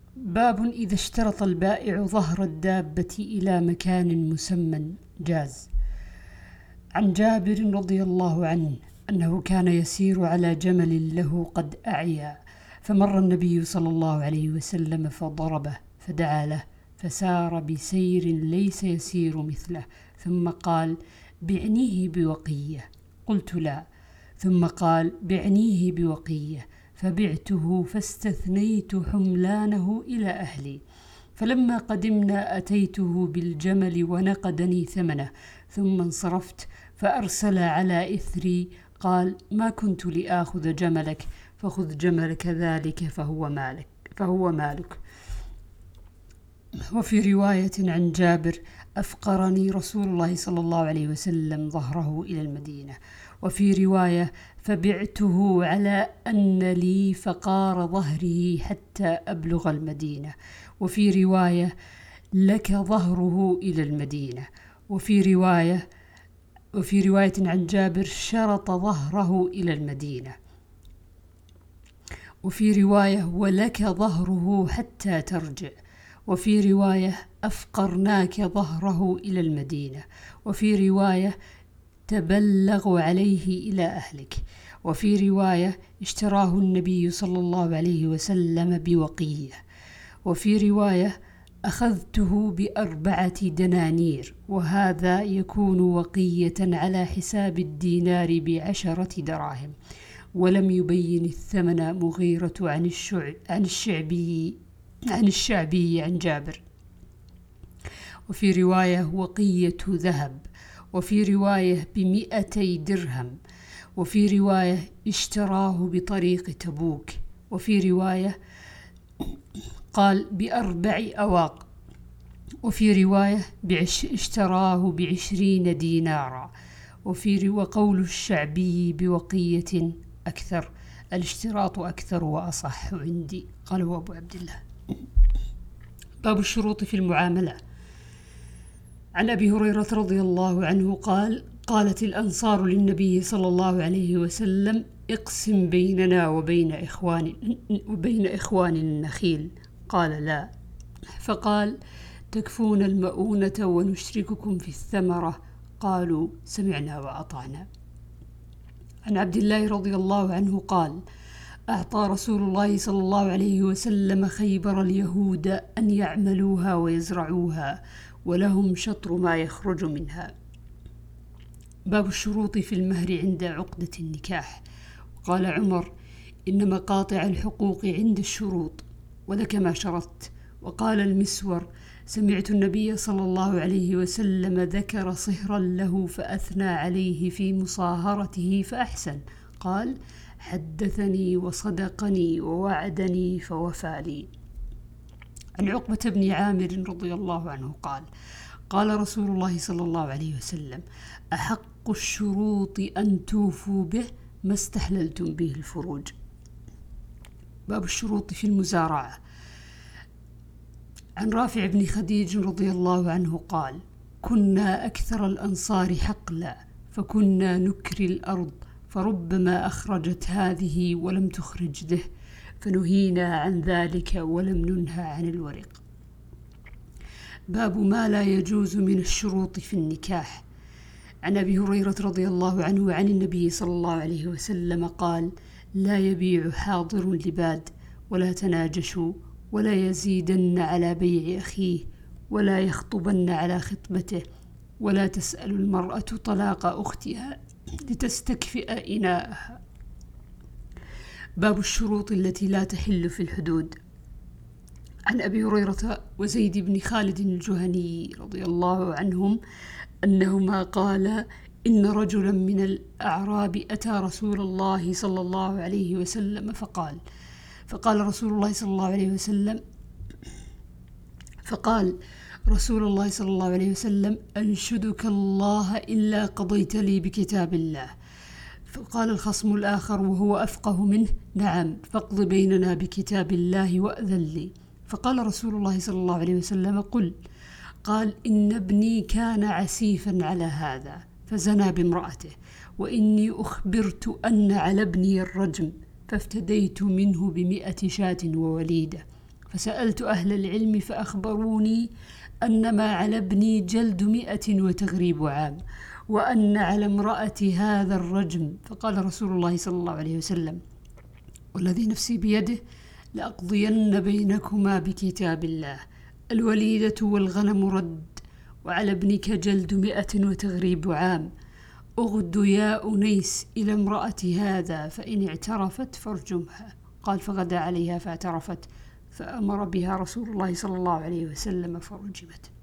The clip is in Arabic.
باب إذا اشترط البائع ظهر الدابة إلى مكان مسمى جاز. عن جابر رضي الله عنه أنه كان يسير على جمل له قد أعيا، فمر النبي صلى الله عليه وسلم فضربه فدعا له، فسار بسير ليس يسير مثله، ثم قال: بعنيه بوقية. قلت: لا. ثم قال: بعنيه بوقية، فبعته فاستثنيت حملانه إلى أهلي. فلما قدمنا أتيته بالجمل ونقدني ثمنه، ثم انصرفت فأرسل على إثري قال: ما كنت لآخذ جملك، فخذ جملك ذلك فهو مالك. وفي رواية عن جابر: أفقرني رسول الله صلى الله عليه وسلم ظهره إلى المدينة. وفي رواية: فبعته على أن لي فقار ظهره حتى أبلغ المدينة. وفي رواية: لك ظهره إلى المدينة. وفي رواية عن جابر: شرط ظهره إلى المدينة. وفي رواية: ولك ظهره حتى ترجع. وفي رواية: أفقرناك ظهره إلى المدينة. وفي رواية: تبلغ عليه إلى أهلك. وفي رواية: اشتراه النبي صلى الله عليه وسلم بوقية. وفي رواية: أخذته ب4 دنانير، وهذا يكون وقية على حساب الدينار ب10 دراهم. ولم يبين الثمن مغيرة عن الشعبي عن جابر. وفي رواية: وقية ذهب. وفي رواية: ب200 درهم. وفي رواية: اشتراه بطريق تبوك. وفي رواية قال: ب4 أواق. وفي رواية: اشتراه ب20 دينارا. وقول الشعبي بوقية أكثر، الاشتراط أكثر وأصح عندي. قاله أبو عبد الله. باب الشروط في المعاملة. عن أبي هريرة رضي الله عنه قال: قالت الأنصار للنبي صلى الله عليه وسلم: اقسم بيننا وبين إخوان النخيل. قال: لا. فقال: تكفون المؤونة ونشرككم في الثمرة. قالوا: سمعنا وأطعنا. عن عبد الله رضي الله عنه قال: أعطى رسول الله صلى الله عليه وسلم خيبر اليهود أن يعملوها ويزرعوها، ولهم شطر ما يخرج منها. باب الشروط في المهر عند عقدة النكاح. قال عمر: إن مقاطع الحقوق عند الشروط، ولك ما شرطت. وقال المسور: سمعت النبي صلى الله عليه وسلم ذكر صهرا له فأثنى عليه في مصاهرته فأحسن. قال: حدثني وصدقني ووعدني فوفى لي. عن عقبة بن عامر رضي الله عنه قال: قال رسول الله صلى الله عليه وسلم: أحق الشروط أن توفوا به ما استحللتم به الفروج. باب الشروط في المزارعة. عن رافع بن خديج رضي الله عنه قال: كنا أكثر الأنصار حقلا، فكنا نكري الأرض، فربما أخرجت هذه ولم تخرج ذه، فنهينا عن ذلك ولم ننهى عن الورق. باب ما لا يجوز من الشروط في النكاح. عن أبي هريرة رضي الله عنه عن النبي صلى الله عليه وسلم قال: لا يبيع حاضر لباد، ولا تناجشوا، ولا يزيدن على بيع أخيه، ولا يخطبن على خطبته، ولا تسأل المرأة طلاق أختها لتستكفئ إناءها. باب الشروط التي لا تحل في الحدود. عن أبي هريرة وزيد بن خالد الجهني رضي الله عنهم أنهما قال: إن رجلا من الأعراب أتى رسول الله صلى الله عليه وسلم فقال رسول الله صلى الله عليه وسلم: أنشدك الله إلا قضيت لي بكتاب الله. فقال الخصم الآخر وهو أفقه منه: نعم، فاقض بيننا بكتاب الله وأذن لي. فقال رسول الله صلى الله عليه وسلم: قل. قال: إن ابني كان عسيفا على هذا فزنى بامرأته، وإني أخبرت أن على ابني الرجم، فافتديت منه ب100 شاة ووليدة. فسألت أهل العلم فأخبروني أن ما على ابني جلد 100 وتغريب عام، وأن على امرأة هذا الرجم. فقال رسول الله صلى الله عليه وسلم: والذي نفسي بيده لأقضين بينكما بكتاب الله، الوليدة والغنم رد، وعلى ابنك جلد 100 وتغريب عام. أغد يا أنيس إلى امرأة هذا، فإن اعترفت فارجمها. قال: فغدا عليها فاعترفت، فأمر بها رسول الله صلى الله عليه وسلم فرجمت.